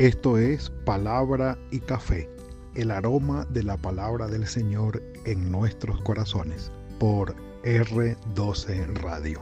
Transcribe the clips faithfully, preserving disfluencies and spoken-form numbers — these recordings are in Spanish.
Esto es Palabra y Café, el aroma de la palabra del Señor en nuestros corazones, por R doce Radio.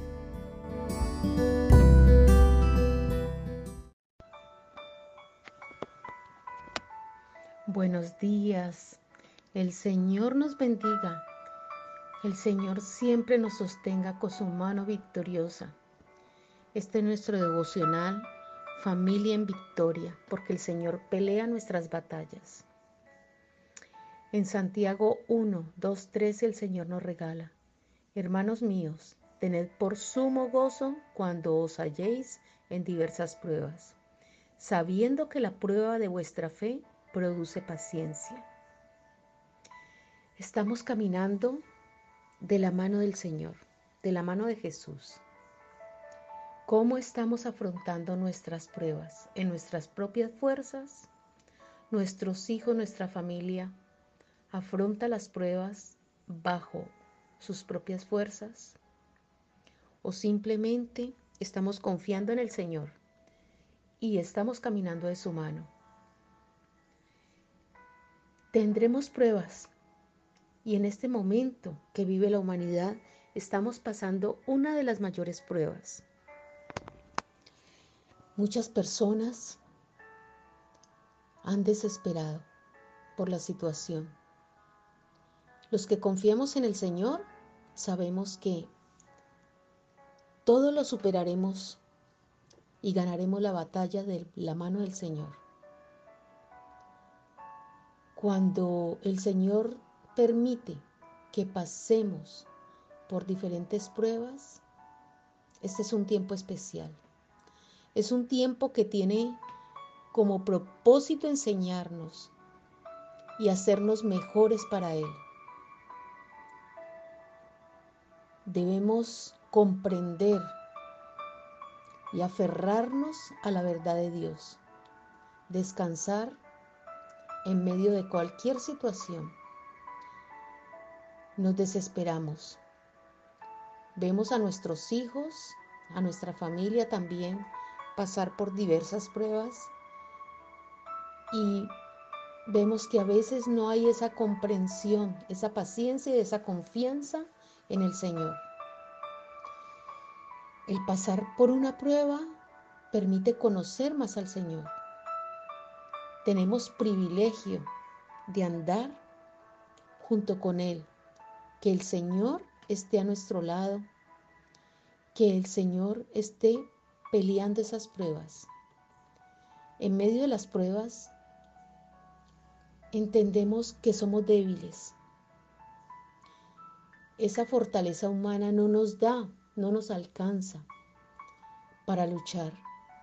Buenos días, el Señor nos bendiga, el Señor siempre nos sostenga con su mano victoriosa. Este es nuestro devocional, Familia en Victoria, porque el Señor pelea nuestras batallas. En Santiago uno, dos, trece el Señor nos regala: hermanos míos, tened por sumo gozo cuando os halléis en diversas pruebas, sabiendo que la prueba de vuestra fe produce paciencia. Estamos caminando de la mano del Señor, de la mano de Jesús. ¿Cómo estamos afrontando nuestras pruebas? ¿En nuestras propias fuerzas? ¿Nuestros hijos, nuestra familia afronta las pruebas bajo sus propias fuerzas? ¿O simplemente estamos confiando en el Señor y estamos caminando de su mano? Tendremos pruebas, y en este momento que vive la humanidad estamos pasando una de las mayores pruebas. Muchas personas han desesperado por la situación. Los que confiamos en el Señor sabemos que todo lo superaremos y ganaremos la batalla de la mano del Señor. Cuando el Señor permite que pasemos por diferentes pruebas, este es un tiempo especial. Es un tiempo que tiene como propósito enseñarnos y hacernos mejores para Él. Debemos comprender y aferrarnos a la verdad de Dios, descansar en medio de cualquier situación. Nos desesperamos. Vemos a nuestros hijos, a nuestra familia también pasar por diversas pruebas y vemos que a veces no hay esa comprensión, esa paciencia y esa confianza en el Señor. El pasar por una prueba permite conocer más al Señor. Tenemos privilegio de andar junto con Él, que el Señor esté a nuestro lado, que el Señor esté peleando esas pruebas. En medio de las pruebas entendemos que somos débiles. Esa fortaleza humana no nos da, no nos alcanza para luchar,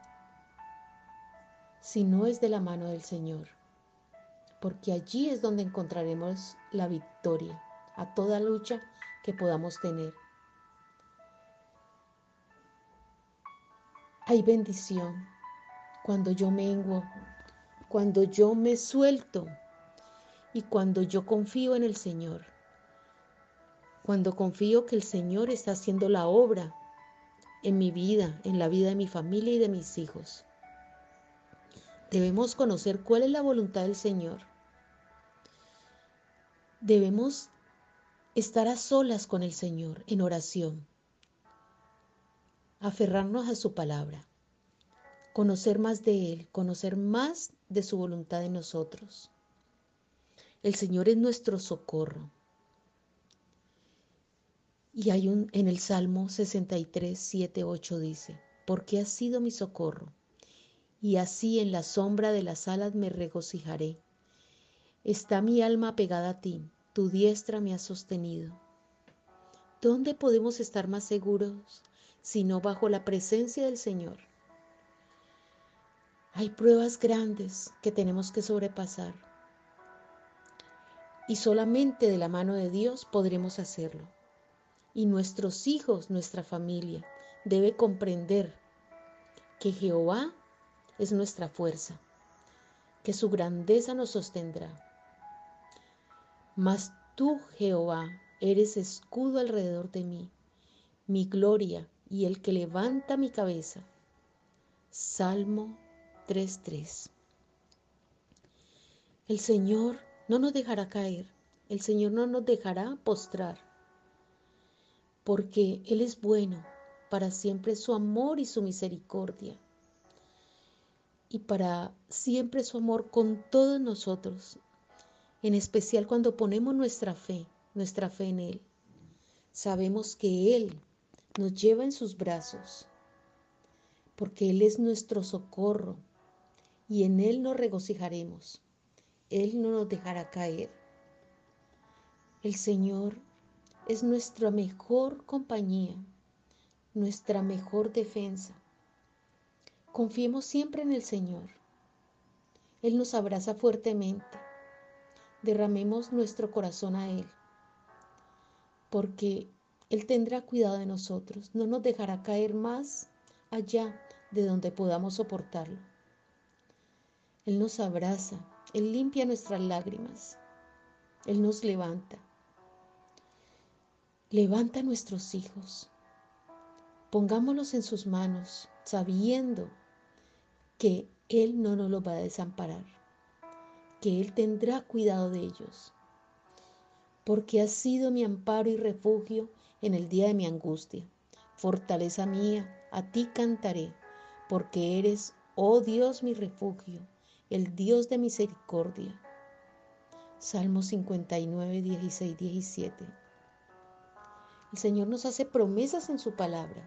si no es de la mano del Señor, porque allí es donde encontraremos la victoria a toda lucha que podamos tener. Hay bendición cuando yo menguo, cuando yo me suelto y cuando yo confío en el Señor. Cuando confío que el Señor está haciendo la obra en mi vida, en la vida de mi familia y de mis hijos. Debemos conocer cuál es la voluntad del Señor. Debemos estar a solas con el Señor en oración. Aferrarnos a su palabra. Conocer más de Él, conocer más de su voluntad en nosotros. El Señor es nuestro socorro. Y hay un, en el Salmo sesenta y tres, siete, ocho dice: porque has sido mi socorro, y así en la sombra de las alas me regocijaré. Está mi alma pegada a ti, tu diestra me ha sostenido. ¿Dónde podemos estar más seguros sino bajo la presencia del Señor? Hay pruebas grandes que tenemos que sobrepasar, y solamente de la mano de Dios podremos hacerlo. Y nuestros hijos, nuestra familia, debe comprender que Jehová es nuestra fuerza, que su grandeza nos sostendrá. Mas tú, Jehová, eres escudo alrededor de mí, mi gloria y el que levanta mi cabeza. Salmo tres tres. El Señor no nos dejará caer, el Señor no nos dejará postrar, porque Él es bueno, para siempre su amor y su misericordia, y para siempre su amor con todos nosotros, en especial cuando ponemos nuestra fe, nuestra fe en Él. Sabemos que Él nos lleva en sus brazos, porque Él es nuestro socorro, y en Él nos regocijaremos. Él no nos dejará caer. El Señor es nuestra mejor compañía, nuestra mejor defensa. Confiemos siempre en el Señor. Él nos abraza fuertemente. Derramemos nuestro corazón a Él, porque Él tendrá cuidado de nosotros. No nos dejará caer más allá de donde podamos soportarlo. Él nos abraza, Él limpia nuestras lágrimas, Él nos levanta. Levanta a nuestros hijos. Pongámoslos en sus manos, sabiendo que Él no nos los va a desamparar, que Él tendrá cuidado de ellos, porque has sido mi amparo y refugio en el día de mi angustia. Fortaleza mía, a ti cantaré, porque eres, oh Dios, mi refugio, el Dios de misericordia. Salmo cincuenta y nueve, dieciséis, diecisiete. El Señor nos hace promesas en su palabra.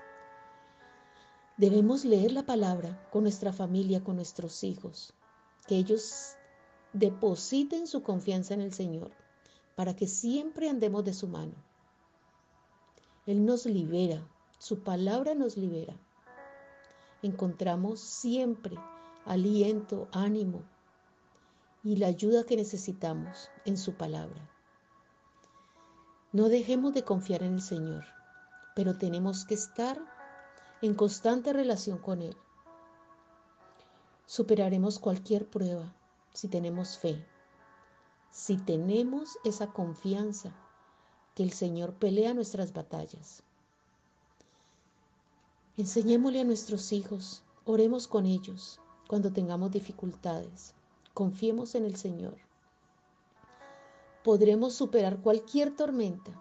Debemos leer la palabra con nuestra familia, con nuestros hijos, que ellos depositen su confianza en el Señor, para que siempre andemos de su mano. Él nos libera, su palabra nos libera. Encontramos siempre aliento, ánimo y la ayuda que necesitamos en su palabra. No dejemos de confiar en el Señor, pero tenemos que estar en constante relación con Él. Superaremos cualquier prueba si tenemos fe, si tenemos esa confianza que el Señor pelea nuestras batallas. Enseñémosle a nuestros hijos, oremos con ellos cuando tengamos dificultades. Confiemos en el Señor. Podremos superar cualquier tormenta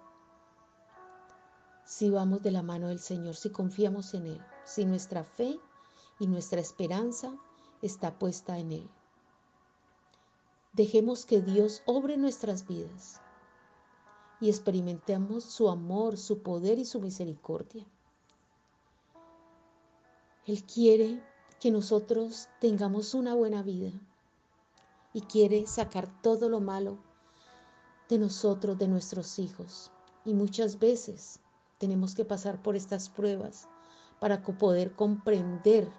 si vamos de la mano del Señor, si confiamos en Él, si nuestra fe y nuestra esperanza está puesta en Él. Dejemos que Dios obre nuestras vidas y experimentemos su amor, su poder y su misericordia. Él quiere que nosotros tengamos una buena vida y quiere sacar todo lo malo de nosotros, de nuestros hijos. Y muchas veces tenemos que pasar por estas pruebas para poder comprender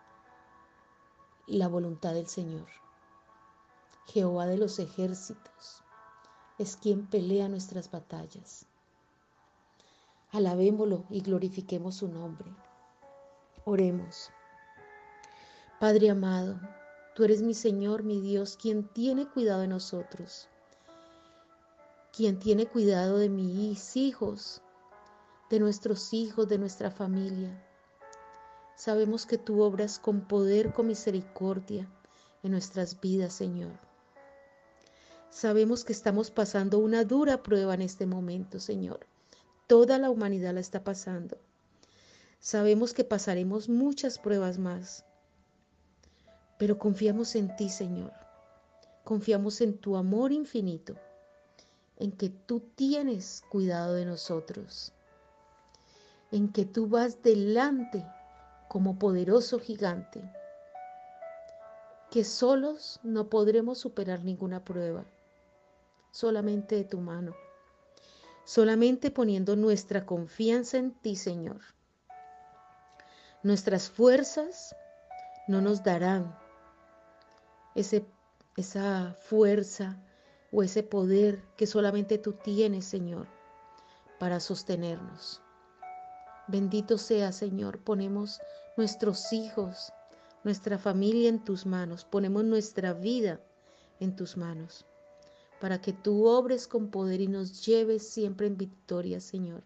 la voluntad del Señor. Jehová de los ejércitos es quien pelea nuestras batallas. Alabémoslo y glorifiquemos su nombre. Oremos. Padre amado, tú eres mi Señor, mi Dios, quien tiene cuidado de nosotros, quien tiene cuidado de mis hijos, de nuestros hijos, de nuestra familia. Sabemos que tú obras con poder, con misericordia en nuestras vidas, Señor. Sabemos que estamos pasando una dura prueba en este momento, Señor. Toda la humanidad la está pasando. Sabemos que pasaremos muchas pruebas más, pero confiamos en ti, Señor. Confiamos en tu amor infinito, en que tú tienes cuidado de nosotros, en que tú vas delante como poderoso gigante, que solos no podremos superar ninguna prueba, solamente de tu mano, solamente poniendo nuestra confianza en ti, Señor. Nuestras fuerzas no nos darán ese, esa fuerza o ese poder que solamente tú tienes, Señor, para sostenernos. Bendito sea, Señor, ponemos nuestros hijos, nuestra familia en tus manos, ponemos nuestra vida en tus manos, para que tú obres con poder y nos lleves siempre en victoria, Señor.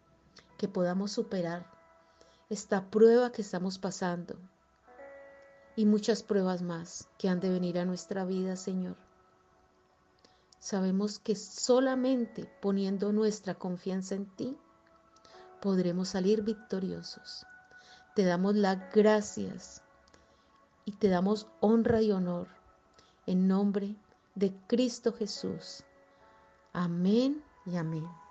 Que podamos superar esta prueba que estamos pasando y muchas pruebas más que han de venir a nuestra vida, Señor. Sabemos que solamente poniendo nuestra confianza en ti podremos salir victoriosos. Te damos las gracias y te damos honra y honor en nombre de Cristo Jesús. Amén y amén.